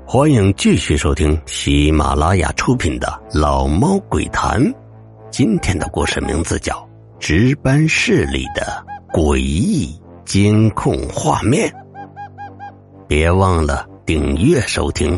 欢迎继续收听喜马拉雅出品的《老猫鬼谈》。今天的故事名字叫《值班室里的诡异监控画面》。别忘了订阅收听。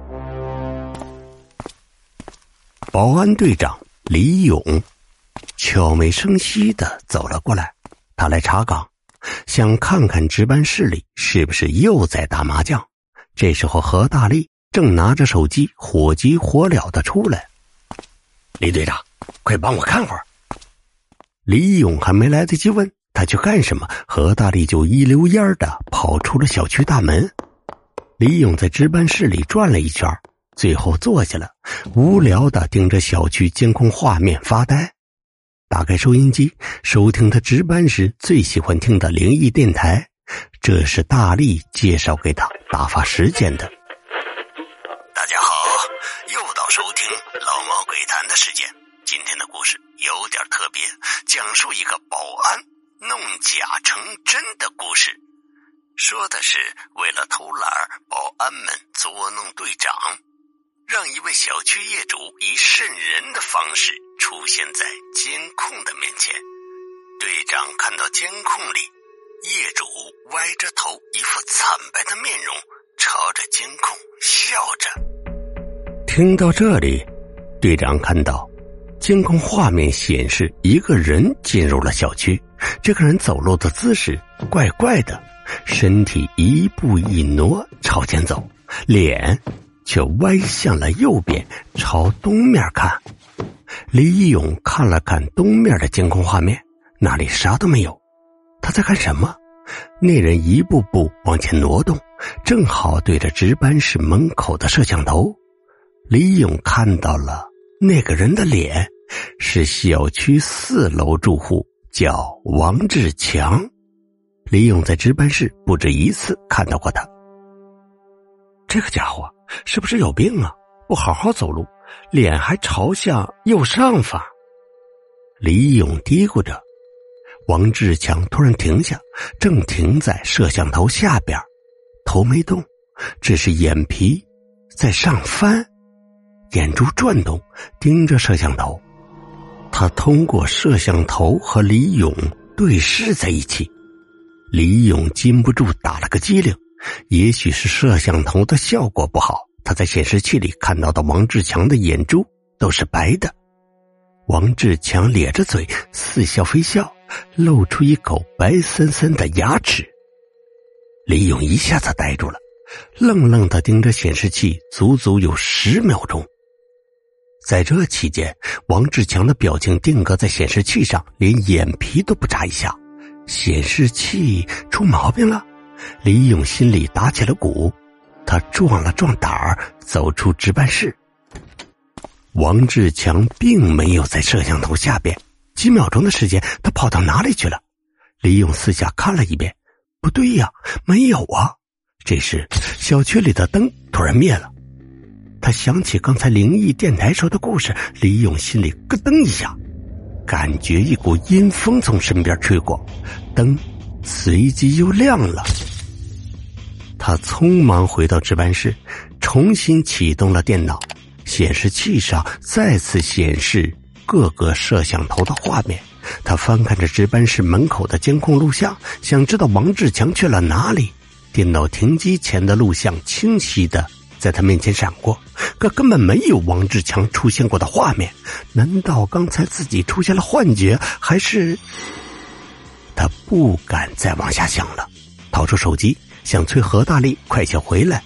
保安队长李勇悄没声息地走了过来，他来查岗，想看看值班室里是不是又在打麻将。这时候何大力正拿着手机火急火燎地出来。李队长，快帮我看会儿。李勇还没来得及问他去干什么，何大力就一溜烟地跑出了小区大门。李勇在值班室里转了一圈，最后坐下了，无聊地盯着小区监控画面发呆。打开收音机，收听他值班时最喜欢听的灵异电台，这是大力介绍给他打发时间的。大家好，又到收听老猫鬼谈的时间。今天的故事有点特别，讲述一个保安弄假成真的故事。说的是为了偷懒，保安们捉弄队长，让一位小区业主以瘆人的方式出现在监控的面前。队长看到监控里业主歪着头，一副惨白的面容，朝着监控笑着。听到这里，队长看到监控画面显示一个人进入了小区，这个人走路的姿势怪怪的，身体一步一挪朝前走，脸却歪向了右边，朝东面看。李勇看了看东面的监控画面，那里啥都没有。他在干什么？那人一步步往前挪动，正好对着值班室门口的摄像头。李勇看到了那个人的脸，是小区4楼住户，叫王志强。李勇在值班室不止一次看到过他。这个家伙是不是有病啊？不好好走路，脸还朝向右上方。李勇嘀咕着。王志强突然停下，正停在摄像头下边，头没动，只是眼皮在上翻，眼珠转动，盯着摄像头。他通过摄像头和李勇对视在一起。李勇禁不住打了个激灵，也许是摄像头的效果不好，他在显示器里看到的王志强的眼珠都是白的。王志强咧着嘴，似笑非笑，露出一口白森森的牙齿。李勇一下子呆住了，愣愣地盯着显示器足足有10秒钟。在这期间，王志强的表情定格在显示器上，连眼皮都不眨一下。显示器出毛病了，李勇心里打起了鼓。他壮了壮胆儿，走出值班室。王志强并没有在摄像头下边，几秒钟的时间，他跑到哪里去了？李勇四下看了一遍，不对呀，没有啊。这时小区里的灯突然灭了，他想起刚才灵异电台说的故事，李勇心里咯噔一下，感觉一股阴风从身边吹过，灯随即又亮了。他匆忙回到值班室，重新启动了电脑，显示器上再次显示各个摄像头的画面。他翻看着值班室门口的监控录像，想知道王志强去了哪里。电脑停机前的录像清晰的在他面前闪过，可根本没有王志强出现过的画面。难道刚才自己出现了幻觉，还是……他不敢再往下想了，掏出手机想催何大力快些回来。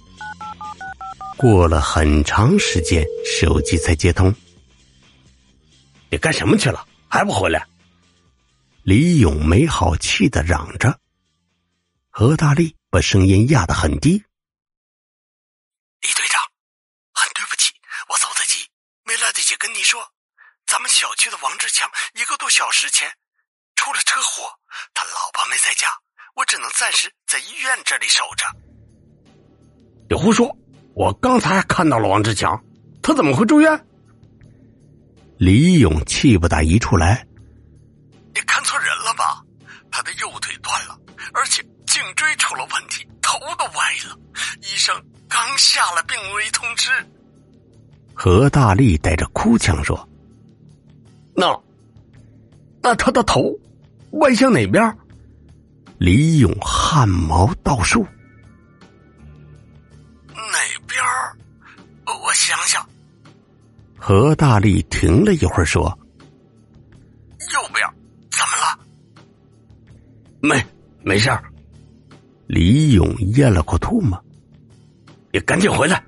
过了很长时间，手机才接通。你干什么去了？还不回来？李勇没好气地嚷着。何大力把声音压得很低。李队长，很对不起，我走得急，没来得及跟你说，咱们小区的王志强1个多小时前出了车祸，他老婆没在家，我只能暂时在医院这里守着。你胡说，我刚才还看到了王志强，他怎么会住院？李勇气不打一处来。你看错人了吧？他的右腿断了，而且颈椎出了问题，头都歪了。医生刚下了病危通知。何大力带着哭腔说：那他的头歪向哪边？李勇汗毛倒竖。哪边？我想想。何大力停了一会儿说：右边。怎么了？没事儿。李勇咽了口唾沫。你赶紧回来。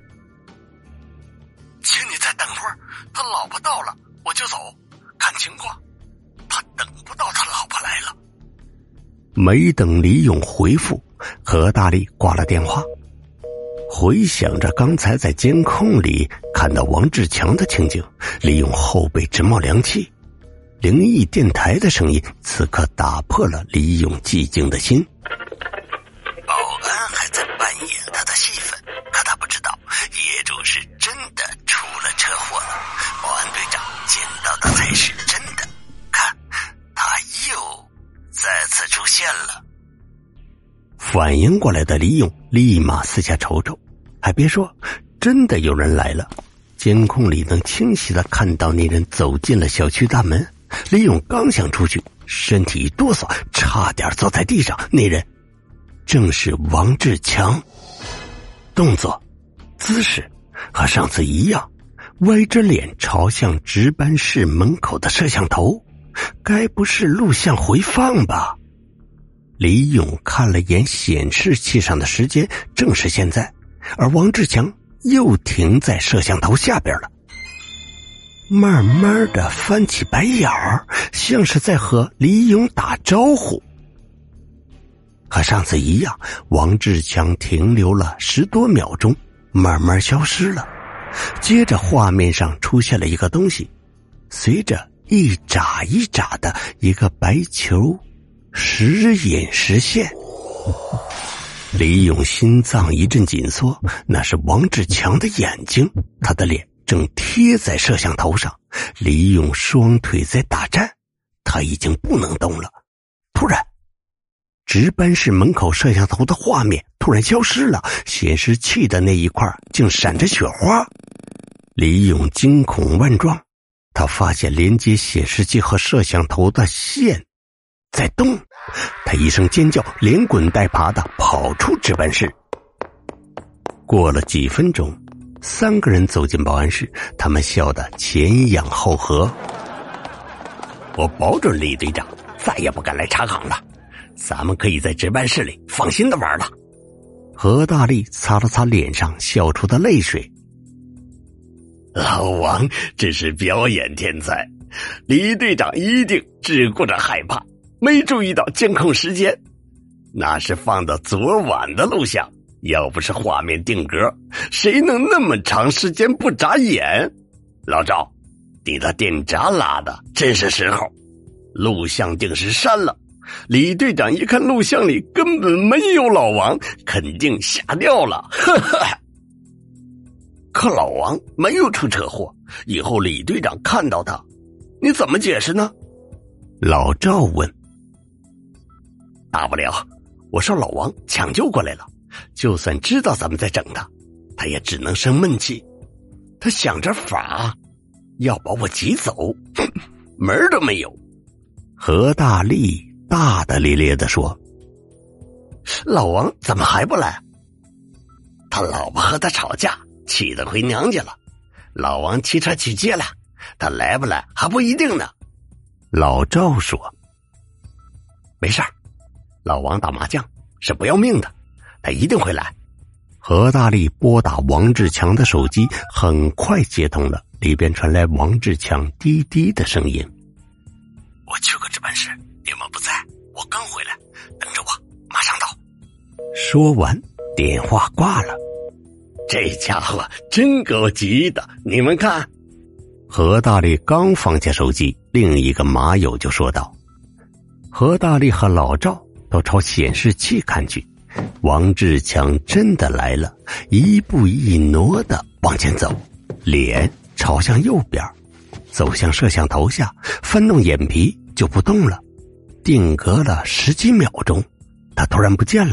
请你再等会儿，他老婆到了我就走，看情况。他等不到他老婆来了。没等李勇回复，何大力挂了电话。回想着刚才在监控里看到王志强的情景，李勇后背直冒凉气。灵异电台的声音此刻打破了李勇寂静的心。保安还在扮演他的戏份，可他不知道业主是真的出了车祸了。保安队长见到的才是真的，看他又再次出现了。反应过来的李勇立马四下瞅瞅，还别说，真的有人来了。监控里能清晰地看到那人走进了小区大门。李勇刚想出去，身体一哆嗦，差点坐在地上。那人正是王志强，动作姿势和上次一样，歪着脸朝向值班室门口的摄像头。该不是录像回放吧？李勇看了眼显示器上的时间，正是现在，而王志强又停在摄像头下边了，慢慢的翻起白眼儿，像是在和李勇打招呼。和上次一样，王志强停留了10多秒钟，慢慢消失了。接着画面上出现了一个东西，随着一眨一眨的一个白球时隐时现。李勇心脏一阵紧缩，那是王志强的眼睛，他的脸正贴在摄像头上。李勇双腿在打颤，他已经不能动了。突然，值班室门口摄像头的画面突然消失了，显示器的那一块竟闪着雪花。李勇惊恐万状，他发现连接显示器和摄像头的线在动。他一声尖叫，连滚带爬的跑出值班室。过了几分钟，3个人走进保安室，他们笑得前仰后合。我保准李队长再也不敢来查岗了，咱们可以在值班室里放心的玩了。何大力擦了擦脸上笑出的泪水。老王真是表演天才，李队长一定只顾着害怕，没注意到监控时间，那是放的昨晚的录像，要不是画面定格，谁能那么长时间不眨眼？老赵，你的电闸拉的真是时候，录像定时删了。李队长一看录像里根本没有老王，肯定吓掉了，呵呵。可老王没有出车祸，以后李队长看到他，你怎么解释呢？老赵问。大不了我说老王抢救过来了，就算知道咱们在整他，他也只能生闷气。他想着法要把我挤走，门儿都没有。何大力大大咧咧地说。老王怎么还不来？他老婆和他吵架，气得回娘家了，老王骑车去接了，他来不来还不一定呢。老赵说。没事儿，老王打麻将是不要命的，他一定会来。何大力拨打王志强的手机，很快接通了，里边传来王志强低低的声音。我去过值班室，你们不在，我刚回来，等着我，马上到。说完电话挂了。这家伙真够急的，你们看。何大力刚放下手机，另一个马友就说道。何大力和老赵都朝显示器看去，王志强真的来了，一步一挪的往前走，脸朝向右边，走向摄像头下，翻动眼皮就不动了。定格了10几秒钟，他突然不见了，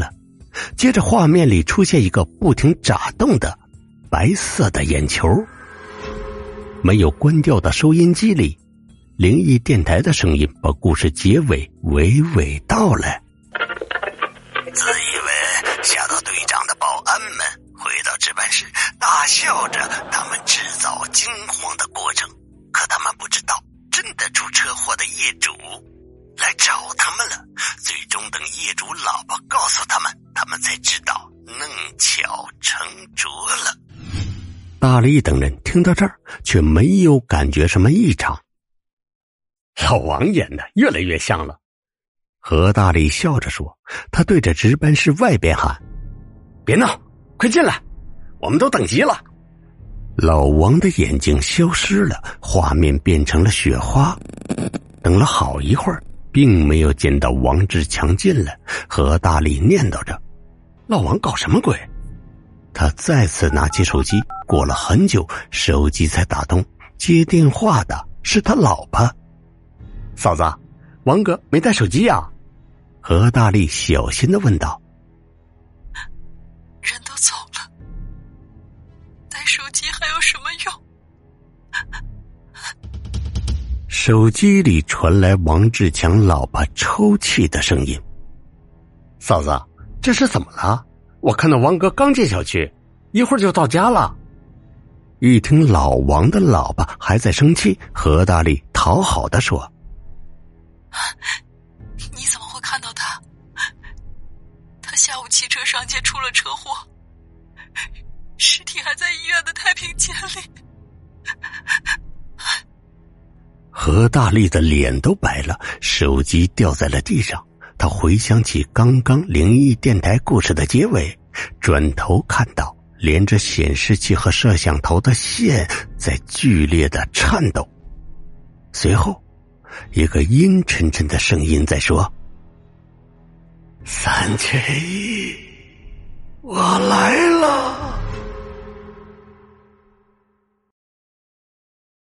接着画面里出现一个不停眨动的白色的眼球。没有关掉的收音机里，灵异电台的声音把故事结尾娓娓道来。 自以为吓到队长的保安们回到值班室，大笑着他们制造惊慌的过程，可他们不知道真的出车祸的业主来找他们了。最终等业主老婆告诉他们，他们才知道弄巧成拙了。 大力等人听到这儿却没有感觉什么异常。 老王演的越来越像了。 何大力笑着说，他对着值班室外边喊： 别闹，快进来，我们都等急了。 老王的眼睛消失了，画面变成了雪花。等了好一会儿，并没有见到王志强进来。何大力念叨着： 老王搞什么鬼？ 他再次拿起手机，过了很久，手机才打通，接电话的是他老婆。 嫂子，王哥没带手机呀？ 何大力小心地问道。 人都走了，带手机还有什么用？ 手机里传来王志强老婆抽泣的声音。 嫂子，这是怎么了？我看到王哥刚进小区，一会儿就到家了。 一听老王的老婆还在生气，何大力讨好地说： 你怎么会看到他？他下午骑车上街出了车祸，尸体还在医院的太平间里。 何大力的脸都白了，手机掉在了地上。他回想起刚刚灵异电台故事的结尾，转头看到连着显示器和摄像头的线在剧烈的颤抖。随后一个阴沉沉的声音在说：37，我来了。